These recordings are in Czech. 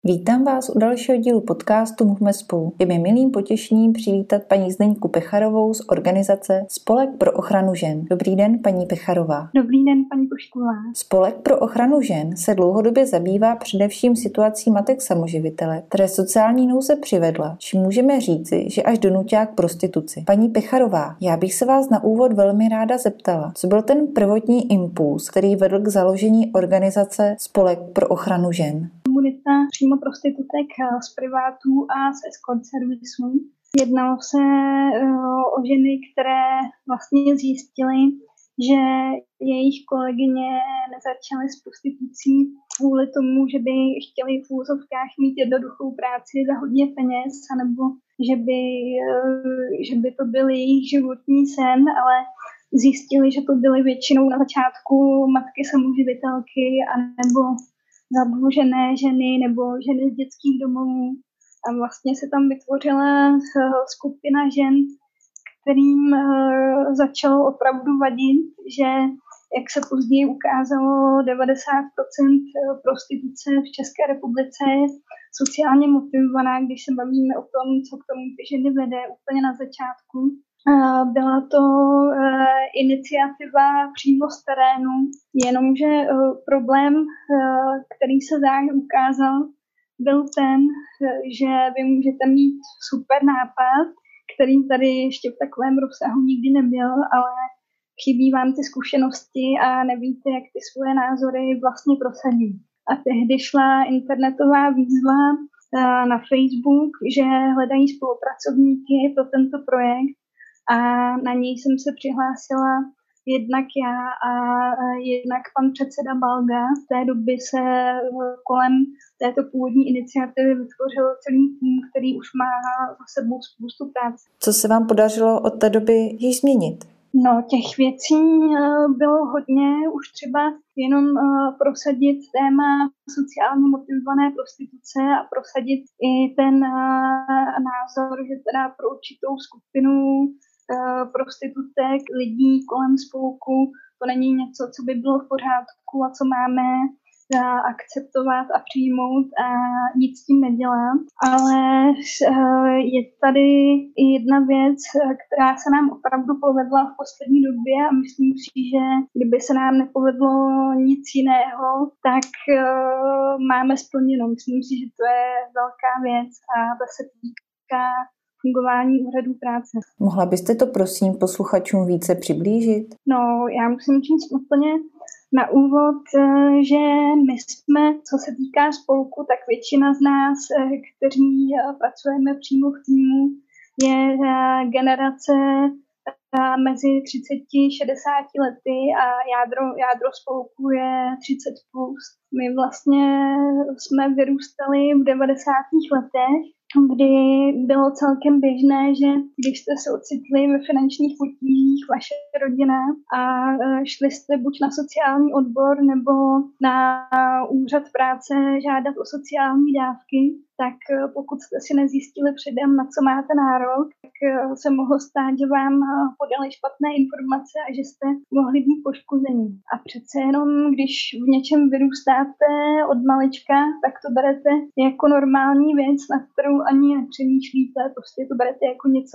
Vítám vás u dalšího dílu podcastu Mluvme spolu. Je mi milým potěšením přivítat paní Zdeňku Pecharovou z organizace Spolek pro ochranu žen. Dobrý den, paní Pecharová. Dobrý den, paní Pošková. Spolek pro ochranu žen se dlouhodobě zabývá především situací matek samoživitelek, které sociální nouze přivedla, či můžeme říci, že až donutila k prostituci. Paní Pecharová, já bych se vás na úvod velmi ráda zeptala, co byl ten prvotní impuls, který vedl k založení organizace Spolek pro ochranu žen? Komunita přímo prostitutek z privátů a z escort servisů. Jednalo se o ženy, které vlastně zjistily, že jejich kolegyně nezačaly s prostitucí kvůli tomu, že by chtěli v úzovkách mít jednoduchou práci za hodně peněz, anebo že by to byl jejich životní sen, ale zjistili, že to byly většinou na začátku matky samoživitelky anebo zadlužené ženy nebo ženy z dětských domovů. A vlastně se tam vytvořila skupina žen, kterým začalo opravdu vadit, že, jak se později ukázalo, 90% prostituce v České republice je sociálně motivovaná, když se bavíme o tom, co k tomu ty ženy vede úplně na začátku. Byla to iniciativa přímo z terénu, jenomže problém, který se záhy ukázal, byl ten, že vy můžete mít super nápad, který tady ještě v takovém rozsahu nikdy nebyl, ale chybí vám ty zkušenosti a nevíte, jak ty svoje názory vlastně prosadit. A tehdy šla internetová výzva na Facebook, že hledají spolupracovníky pro tento projekt. A na něj jsem se přihlásila jednak já a jednak pan předseda Balga. V té době se kolem této původní iniciativy vytvořil celý tým, který už má za sebou spoustu práce. Co se vám podařilo od té doby již změnit? No, těch věcí bylo hodně, už třeba jenom prosadit téma sociálně motivované prostituce a prosadit i ten názor, že teda pro určitou skupinu prostitutek, lidí kolem spolku, to není něco, co by bylo v pořádku a co máme akceptovat a přijmout a nic s tím nedělat. Ale je tady i jedna věc, která se nám opravdu povedla v poslední době a myslím si, že kdyby se nám nepovedlo nic jiného, tak máme splněno. Myslím si, že to je velká věc a ta se týká fungování úřadů práce. Mohla byste to prosím posluchačům více přiblížit? No, já musím říct úplně na úvod, že my jsme, co se týká spolku, tak většina z nás, kteří pracujeme přímo v týmu, je generace mezi 30-60 lety a jádro spolku je 30+. My vlastně jsme vyrůstali v 90. letech, kdy bylo celkem běžné, že když jste se ocitli ve finančních potížích, vaše rodina, a šli jste buď na sociální odbor nebo na úřad práce žádat o sociální dávky, tak pokud jste si nezjistili předem, na co máte nárok, tak se mohlo stát, že vám podali špatné informace a že jste mohli být poškození. A přece jenom, když v něčem vyrůstáte od malička, tak to berete jako normální věc, na kterou ani nepřemýšlíte, prostě to berete jako něco,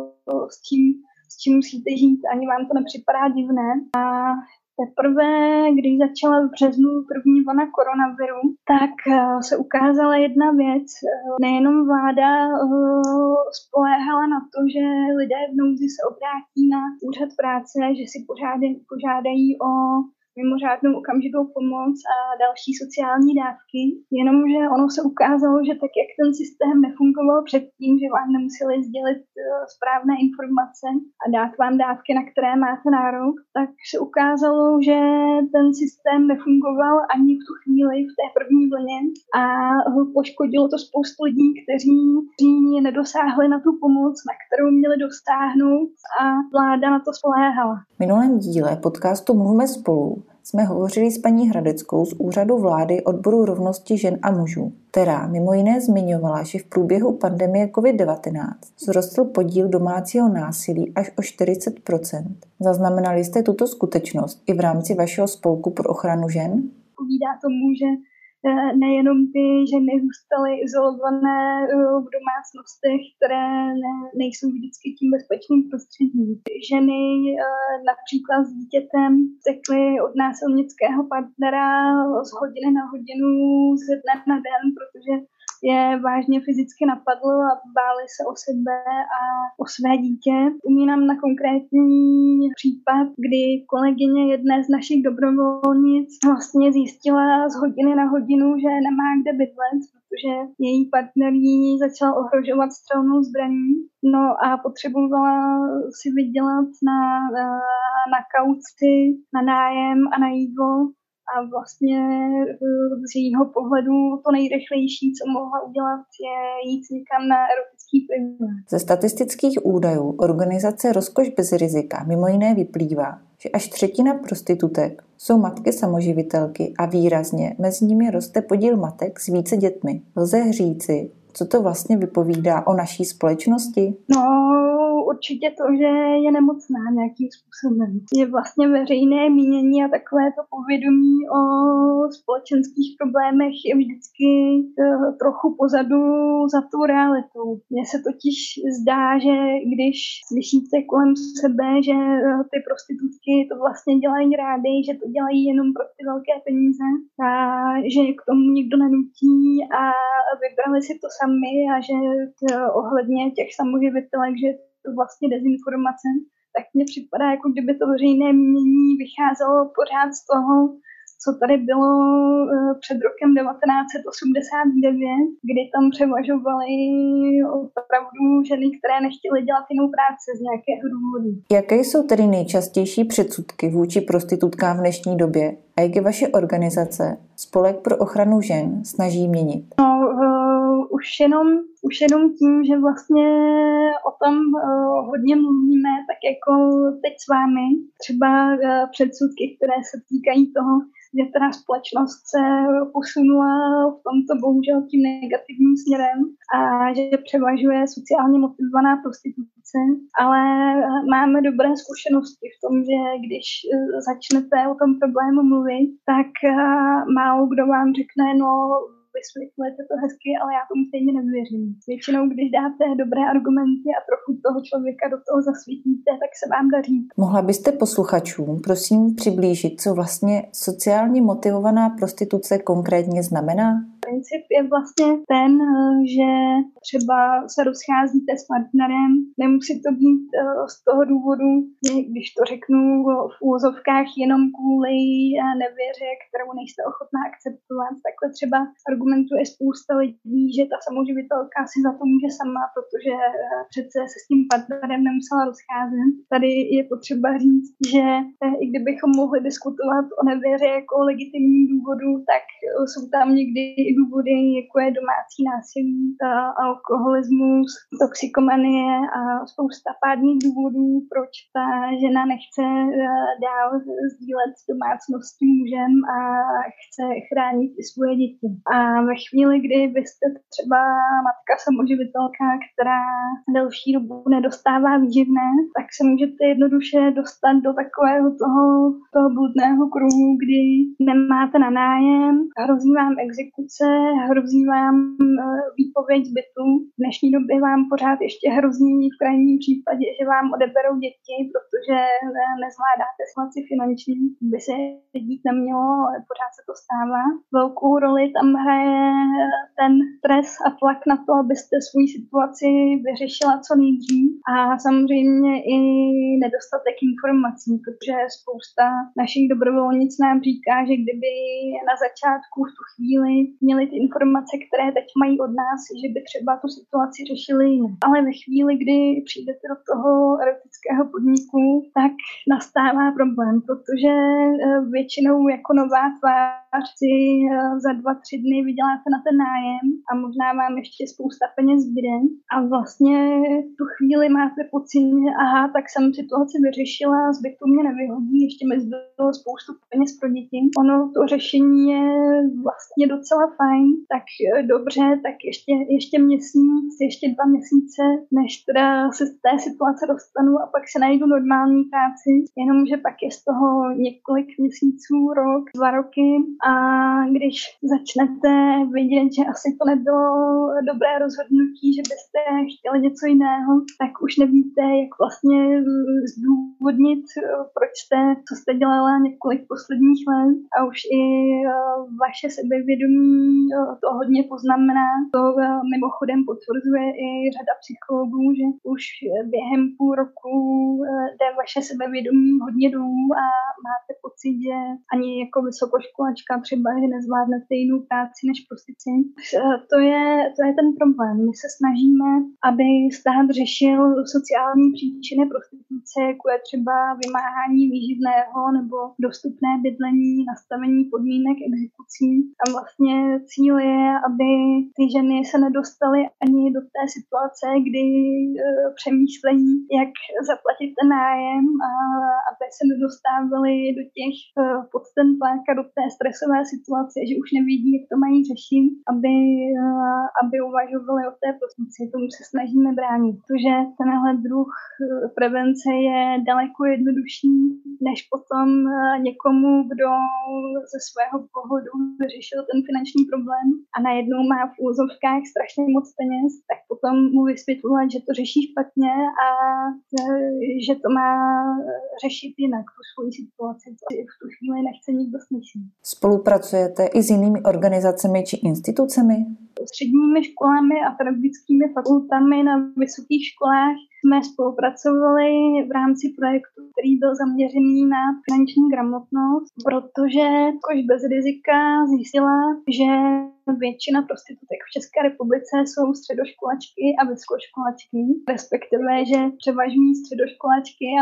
s čím musíte žít, ani vám to nepřipadá divné. A teprve, když začala v březnu první vlna koronaviru, tak se ukázala jedna věc. Nejenom vláda spoléhala na to, že lidé v nouzi se obrátí na úřad práce, že si požádají o mimořádnou okamžitou pomoc a další sociální dávky, jenomže ono se ukázalo, že tak, jak ten systém nefungoval předtím, že vám nemuseli sdělit správné informace a dát vám dávky, na které máte nárok, tak se ukázalo, že ten systém nefungoval ani v tu chvíli, v té první vlně a poškodilo to spoustu lidí, kteří nedosáhli na tu pomoc, na kterou měli dosáhnout a vláda na to spoléhala. V minulém díle podcastu Mluvme spolu jsme hovořili s paní Hradeckou z Úřadu vlády odboru rovnosti žen a mužů, která mimo jiné zmiňovala, že v průběhu pandemie COVID-19 vzrostl podíl domácího násilí až o 40%. Zaznamenali jste tuto skutečnost i v rámci vašeho spolku pro ochranu žen? Povídá tomu, že nejenom ty ženy zůstaly izolované v domácnostech, které nejsou vždycky tím bezpečným prostředím. Ženy například s dítětem tekly od násilnického partnera z hodiny na hodinu, ze dne na den, protože je vážně fyzicky napadl a báli se o sebe a o své dítě. Vzpomínám na konkrétní případ, kdy kolegyně jedné z našich dobrovolnic vlastně zjistila z hodiny na hodinu, že nemá kde bydlet, protože její partner ji začal ohrožovat střelnou zbraní. No a potřebovala si vydělat na kauci, na nájem a na jídlo. A vlastně z jejího pohledu to nejrychlejší, co mohla udělat, je jít někam na erotický pivnice. Ze statistických údajů organizace Rozkoš bez rizika mimo jiné vyplývá, že až 1/3 prostitutek jsou matky samoživitelky a výrazně mezi nimi roste podíl matek s více dětmi. Lze říci, co to vlastně vypovídá o naší společnosti? No, určitě to, že je nemocná nějakým způsobem. Je vlastně veřejné mínění a takové to povědomí o společenských problémech je vždycky trochu pozadu za tou realitou. Mně se totiž zdá, že když slyšíte kolem sebe, že ty prostitutky to vlastně dělají rády, že to dělají jenom pro ty velké peníze a že k tomu nikdo nenutí a vybrali si to sami a že ohledně těch samoživitelek, že to vlastně dezinformace, tak mně připadá, jako kdyby to veřejné mínění vycházelo pořád z toho, co tady bylo před rokem 1989, kdy tam převažovaly opravdu ženy, které nechtěly dělat jinou práci z nějakého důvodu. Jaké jsou tedy nejčastější předsudky vůči prostitutkám v dnešní době a jak je vaše organizace Spolek pro ochranu žen snaží měnit? No, už jenom tím, že vlastně o tom hodně mluvíme, tak jako teď s vámi, třeba předsudky, které se týkají toho, že teda společnost se posunula v tomto bohužel tím negativním směrem a že převažuje sociálně motivovaná prostituce, ale máme dobré zkušenosti v tom, že když začnete o tom problému mluvit, tak málo kdo vám řekne, no vysvětlujete to hezky, ale já tomu stejně nevěřím. Většinou, když dáte dobré argumenty a trochu toho člověka do toho zasvítíte, tak se vám daří. Mohla byste posluchačům prosím přiblížit, co vlastně sociálně motivovaná prostituce konkrétně znamená? Princip je vlastně ten, že třeba se rozcházíte s partnerem, nemusí to být z toho důvodu, když to řeknu v úvozovkách jenom kvůli nevěře, kterou nejste ochotná akceptovat. Takhle třeba argumentuje spousta lidí, že ta samoživitelka si za to může sama, protože přece se s tím partnerem nemusela rozcházet. Tady je potřeba říct, že i kdybychom mohli diskutovat o nevěře jako o legitimním důvodu, tak jsou tam někdy i důvody, jako je domácí násilí, alkoholismus, toxikomanie a spousta pádných důvodů, proč ta žena nechce dál sdílet domácnost s tím mužem a chce chránit i svoje děti. A ve chvíli, kdy byste třeba matka samoživitelka, která delší dobu nedostává výživné, tak se můžete jednoduše dostat do takového toho bludného kruhu, kdy nemáte na nájem, hrozí vám exekuce, hrozí vám výpověď z bytu. V dnešní době vám pořád ještě hrozí v krajním případě, že vám odeberou děti, protože nezvládáte situaci finanční, by se dít nemělo, ale pořád se to stává. Velkou roli tam hraje ten stres a tlak na to, abyste svou situaci vyřešila co nejdřív a samozřejmě i nedostatek informací, protože spousta našich dobrovolnic nám říká, že kdyby na začátku v tu chvíli měli ty informace, které teď mají od nás, že by třeba tu situaci řešili jinak. Ale ve chvíli, kdy přijdete do toho erotického podniku, tak nastává problém, protože většinou jako nová tvář si za 2-3 dny vyděláte na ten nájem a a možná vám ještě spousta peněz zbyde a vlastně v tu chvíli máte pocit, že aha, tak jsem situaci vyřešila, zbyt to mě nevyhodí, ještě mi zbylo spoustu peněz pro děti. Ono to řešení je vlastně docela fajn, tak dobře, tak ještě měsíc, ještě 2 měsíce, než teda se z té situace dostanu a pak se najdu normální práci, jenomže pak je z toho několik měsíců, rok, 2 roky a když začnete vidět, že asi to nebylo dobré rozhodnutí, že byste chtěli něco jiného, tak už nevíte, jak vlastně zdůvodnit, proč co jste dělala několik posledních let a už i vaše sebevědomí to hodně poznamená. To mimochodem potvrzuje i řada psychologů, že už během půl roku jde vaše sebevědomí hodně dolů a máte pocit, že ani jako vysokoškolačka třeba, že nezvládnete jinou práci než prostici. To je ten problém. My se snažíme, aby stát řešil sociální příčiny prostituce, jako je třeba vymáhání výživného nebo dostupné bydlení, nastavení podmínek exekucí. A vlastně cíl je, aby ty ženy se nedostaly ani do té situace, kdy přemýšlejí, jak zaplatit ten nájem a aby se nedostávaly do těch pod ten tlak a do té stresové situace, že už nevědí, jak to mají řešit, aby uvažovali o té prostituci. Tomu se snažíme bránit. Protože tenhle druh prevence je daleko jednodušší, než potom někomu, kdo ze svého pohledu vyřešil ten finanční problém a najednou má v úzovkách strašně moc peněz, tak potom mu vysvětlovat, že to řeší špatně a že to má řešit jinak tu svoji situaci. To v tu chvíli nechce nikdo slyšet. Spolupracujete i s jinými organizacemi či institucemi? Středními školami a pedagogickými fakultami na vysokých školách jsme spolupracovali v rámci projektu, který byl zaměřený na finanční gramotnost, protože Kož bez rizika zjistila, že většina prostitutek v České republice jsou středoškolačky a vysokoškolačky, respektive, že převažují středoškolačky a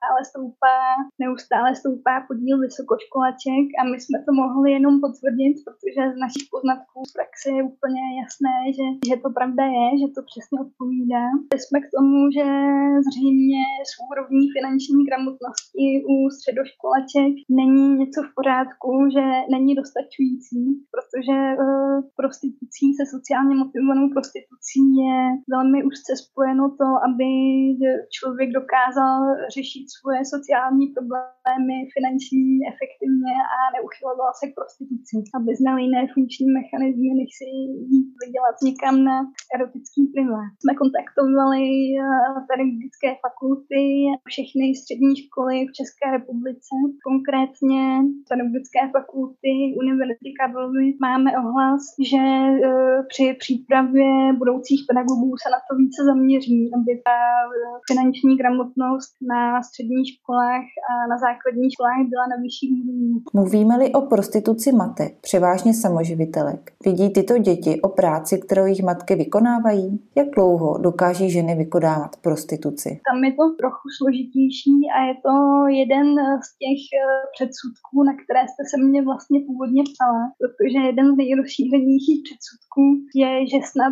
neustále stoupá podíl vysokoškolaček a my jsme to mohli jenom potvrdit, protože z našich poznatků z praxe je úplně jasné, že to pravda je, že to přesně odpovídá. Jsme k tomu, že zřejmě s úrovní finanční gramotnosti u středoškolaček není něco v pořádku, že není dostačující, protože prostitucí se sociálně motivovanou prostitucí je velmi úzce spojeno to, aby člověk dokázal řešit svoje sociální problémy finanční efektivně a neuchyloval se k prostituci, aby znal jiné funkční mechanismy, než si jít vydělat někam na erotický privát. Jsme kontaktovali pedagogické fakulty, všechny střední školy v České republice, konkrétně pedagogické fakulty Univerzity Karlovy máme ohlas, že při přípravě budoucích pedagogů se na to více zaměří, aby ta finanční gramotnost na středních školách a na základních školách byla na vyšší úrovni. Mluvíme-li o prostituci matek, převážně samoživitelek, vidí tyto děti o práci, kterou jejich matky vykonávají? Jak dlouho dokáží ženy vykonávat prostituci? Tam je to trochu složitější a je to jeden z těch předsudků, na které jste se mě vlastně původně ptala, protože jeden z nejrozšířenějších předsudků je, že snad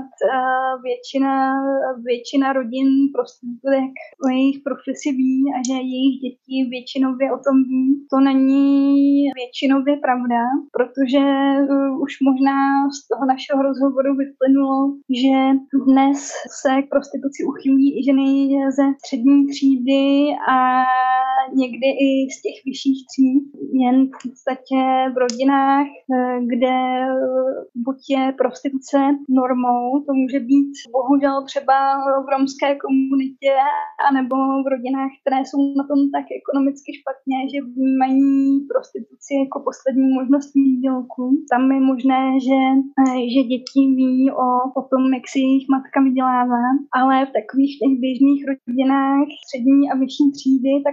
většina rodin prostitutek o jejich profesi ví a že jejich děti většinově o tom ví. To není většinově pravda, protože už možná z toho našeho rozhovoru vyplynulo, že dnes se k prostituci uchylují i ženy ze střední třídy a někdy i z těch vyšších tříd, jen v podstatě v rodinách, kde buď je prostituce normou, to může být bohužel třeba v romské komunitě, anebo v rodinách, které jsou na tom tak ekonomicky špatně, že vnímají prostituci jako poslední možnost výdělku. Tam je možné, že děti ví o tom, jak si jejich matka vydělává, ale v takových těch běžných rodinách střední a vyšší třídy, tak tam je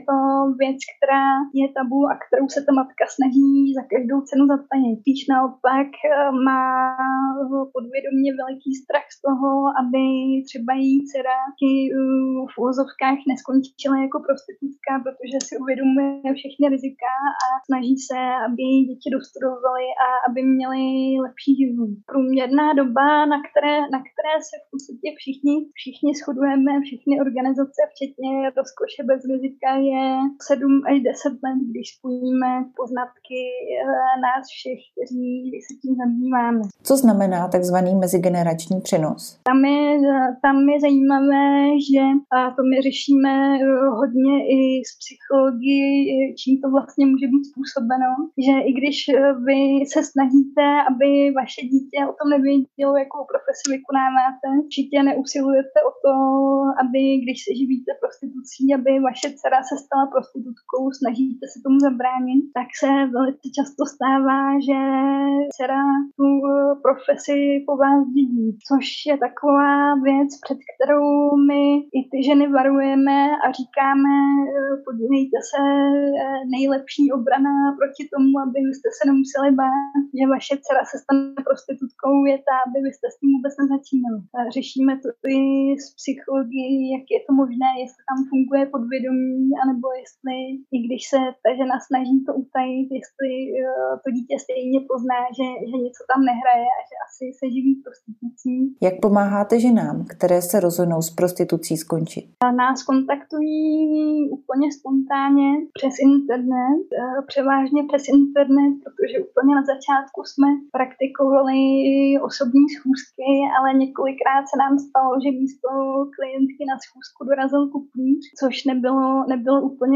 to věc, která je tabu a kterou se ta matka snaží za každou cenu zatajit. Spíš naopak má podvědomě veliký strach z toho, aby třeba její dcera v uvozovkách neskončila jako prostitutka, protože si uvědomuje všechny rizika a snaží se, aby její děti dostudovaly a aby měly lepší život. Průměrná doba, na které se v podstatě všichni shodujeme, všechny organizace, včetně Rozkoše bez rizika, je 7 až 10 let, když spojíme poznatky nás všech, kteří se tím zabýváme. Co znamená takzvaný mezigenerační přenos? Tam je zajímavé, že to my řešíme hodně i s psychologií, čím to vlastně může být způsobeno, že i když vy se snažíte, aby vaše dítě o tom nevědělo, jakou profesi vykonáváte, určitě neusilujete o to, aby když se živíte prostitucí, aby vaše dcera se stala prostitutkou, snažíte se tomu zabránit, tak se velice často stává, že dcera tu profesi po vás dědí, což je taková věc, před kterou my i ty ženy varujeme a říkáme, podívejte se, nejlepší obrana proti tomu, aby jste se nemuseli bát, že vaše dcera se stane prostitutkou, je ta, aby vy jste s tím vůbec nezačínali. Řešíme to i s psychologií, jak je to možné, jestli tam funguje podvědomí, anebo jestli, i když se ta žena snaží to utajit, jestli to dítě stejně pozná, že něco tam nehraje a že asi se živí prostitucí. Jak pomáháte ženám, které se rozhodnou s prostitucí skončit? Nás kontaktují úplně spontánně přes internet, převážně přes internet, protože úplně na začátku jsme praktikovali osobní schůzky, ale několikrát se nám stalo, že místo klientky na schůzku dorazil kupník, což nebylo úplně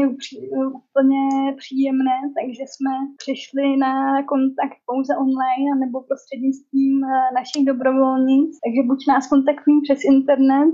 příjemné, takže jsme přišli na kontakt pouze online nebo prostřednictvím našich dobrovolnic, takže buď nás kontaktují přes internet,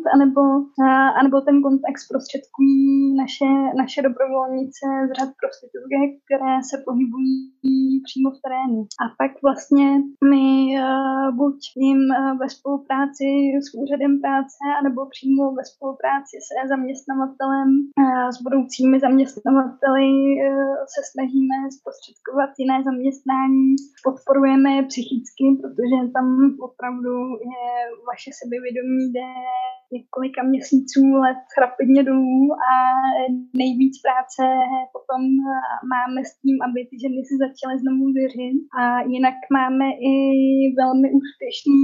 anebo ten kontakt zprostředkují naše dobrovolnice z řad prostitutek, které se pohybují přímo v terénu. A pak vlastně my buď jim ve spolupráci s úřadem práce, anebo přímo ve spolupráci se zaměstnavatelem, s budoucími zaměstnavateli se snažíme zprostředkovat jiné zaměstnání. Podporujeme je psychicky, protože tam opravdu je vaše sebevědomí jde několika měsíců, let rapidně dolů a nejvíc práce potom máme s tím, aby ty ženy si začaly znovu věřit. A jinak máme i velmi úspěšný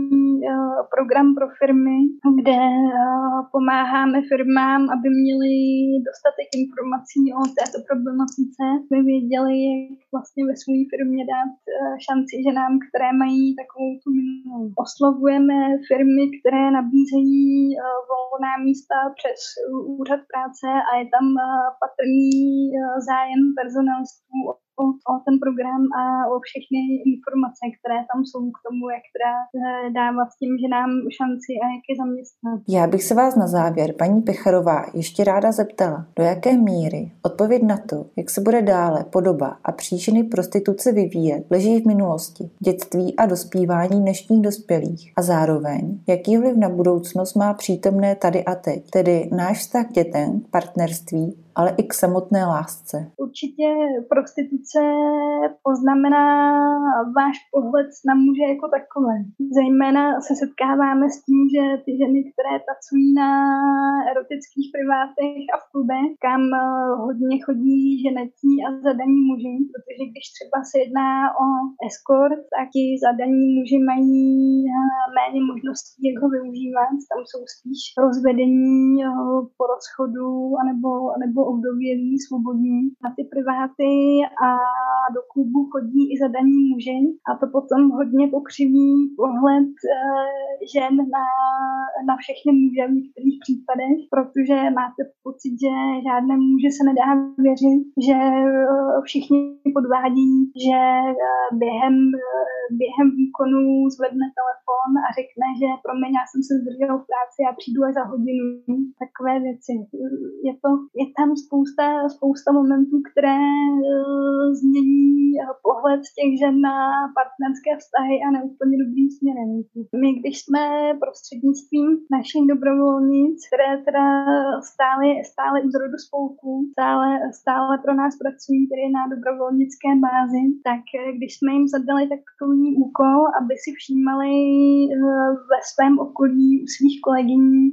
program pro firmy, kde pomáháme firmám, aby měli dostatek informací o této problematice, aby věděli, jak vlastně ve své firmě dát šanci ženám, které mají takovou tu minulost. Oslovujeme firmy, které nabízejí volná místa přes úřad práce a je tam patrný zájem personalistů o ten program a o všechny informace, které tam jsou k tomu, jak teda dávat těm ženám šanci a jak je zaměstnat. Já bych se vás na závěr, paní Pecharová, ještě ráda zeptala, do jaké míry odpověď na to, jak se bude dále podoba a příčiny prostituce vyvíjet, leží v minulosti, dětství a dospívání dnešních dospělých a zároveň, jaký vliv na budoucnost má přítomné tady a teď, tedy náš vztah k dětem, k partnerství, ale i k samotné lásce. Určitě prostituce poznamená váš pohled na muže jako takové. Zejména se setkáváme s tím, že ty ženy, které pracují na erotických privátech a v klubech, kam hodně chodí ženetí a zadaní muži, protože když třeba se jedná o escort, tak ti zadaní muži mají méně možností, jak ho využívat. Tam jsou spíš rozvedení po rozchodu anebo ovdovělí, svobodní na ty priváty a do klubu chodí i zadaní muži a to potom hodně pokřiví pohled žen na všechny muže v některých případech, protože máte pocit, že žádnému muži se nedá věřit, že všichni podvádí, že během výkonu zvedne telefon a řekne, že promiň, já jsem se zdržela v práci, já přijdu až za hodinu, takové věci. Je tam spousta momentů, které změní pohled těch žen na partnerské vztahy a neúplně dobrým směrem. My, když jsme prostřednictvím našich dobrovolnic, které teda stále u zrodu spolku, stále pro nás pracují tedy na dobrovolnické bázi, tak když jsme jim zadali takový úkol, aby si všímali ve svém okolí u svých kolegyní,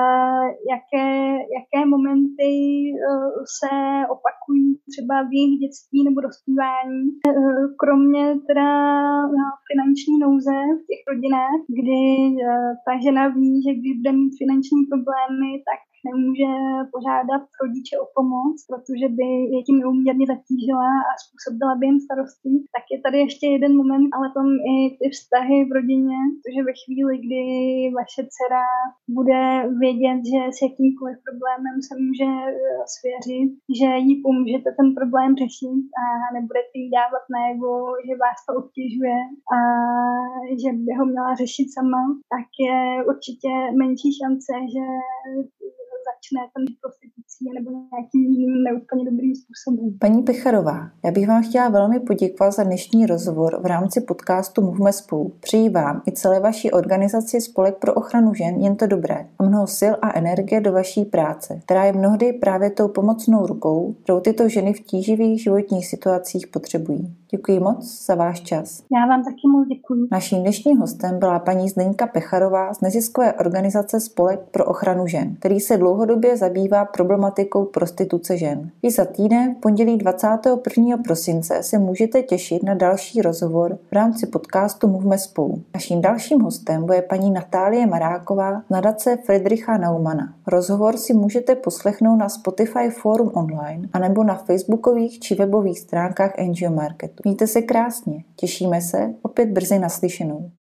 jaké momenty se opakují třeba v jejich dětství nebo dospívání. Kromě teda finanční nouze v těch rodinách, kdy ta žena ví, že když bude mít finanční problémy, tak nemůže požádat rodiče o pomoc, protože by je tím neúměrně zatížila a způsobila by jim starosti. Tak je tady ještě jeden moment, ale tom i ty vztahy v rodině, protože ve chvíli, kdy vaše dcera bude vědět, že s jakýmkoliv problémem se může svěřit, že jí pomůžete ten problém řešit a nebudete jí dávat najevo, že vás to obtěžuje a že by ho měla řešit sama, tak je určitě menší šance, že začne ten prostitucí nebo nějakým jiným neúplně dobrým způsobem. Paní Pecharová, já bych vám chtěla velmi poděkovat za dnešní rozhovor v rámci podcastu Mluvme spolu. Přeji vám i celé vaší organizaci Spolek pro ochranu žen jen to dobré a mnoho sil a energie do vaší práce, která je mnohdy právě tou pomocnou rukou, kterou tyto ženy v tíživých životních situacích potřebují. Děkuji moc za váš čas. Já vám taky moc děkuji. Naším dnešním hostem byla paní Zdeňka Pecharová z neziskové organizace Spolek pro ochranu žen, který se dlouhodobě zabývá problematikou prostituce žen. I za týden v pondělí 21. prosince se můžete těšit na další rozhovor v rámci podcastu Mluvme spolu. Naším dalším hostem bude paní Natálie Maráková z nadace Friedricha Naumana. Rozhovor si můžete poslechnout na Spotify Forum online anebo na facebookových či webových stránkách NGO Marketu. Mějte se krásně, těšíme se opět brzy naslyšenou.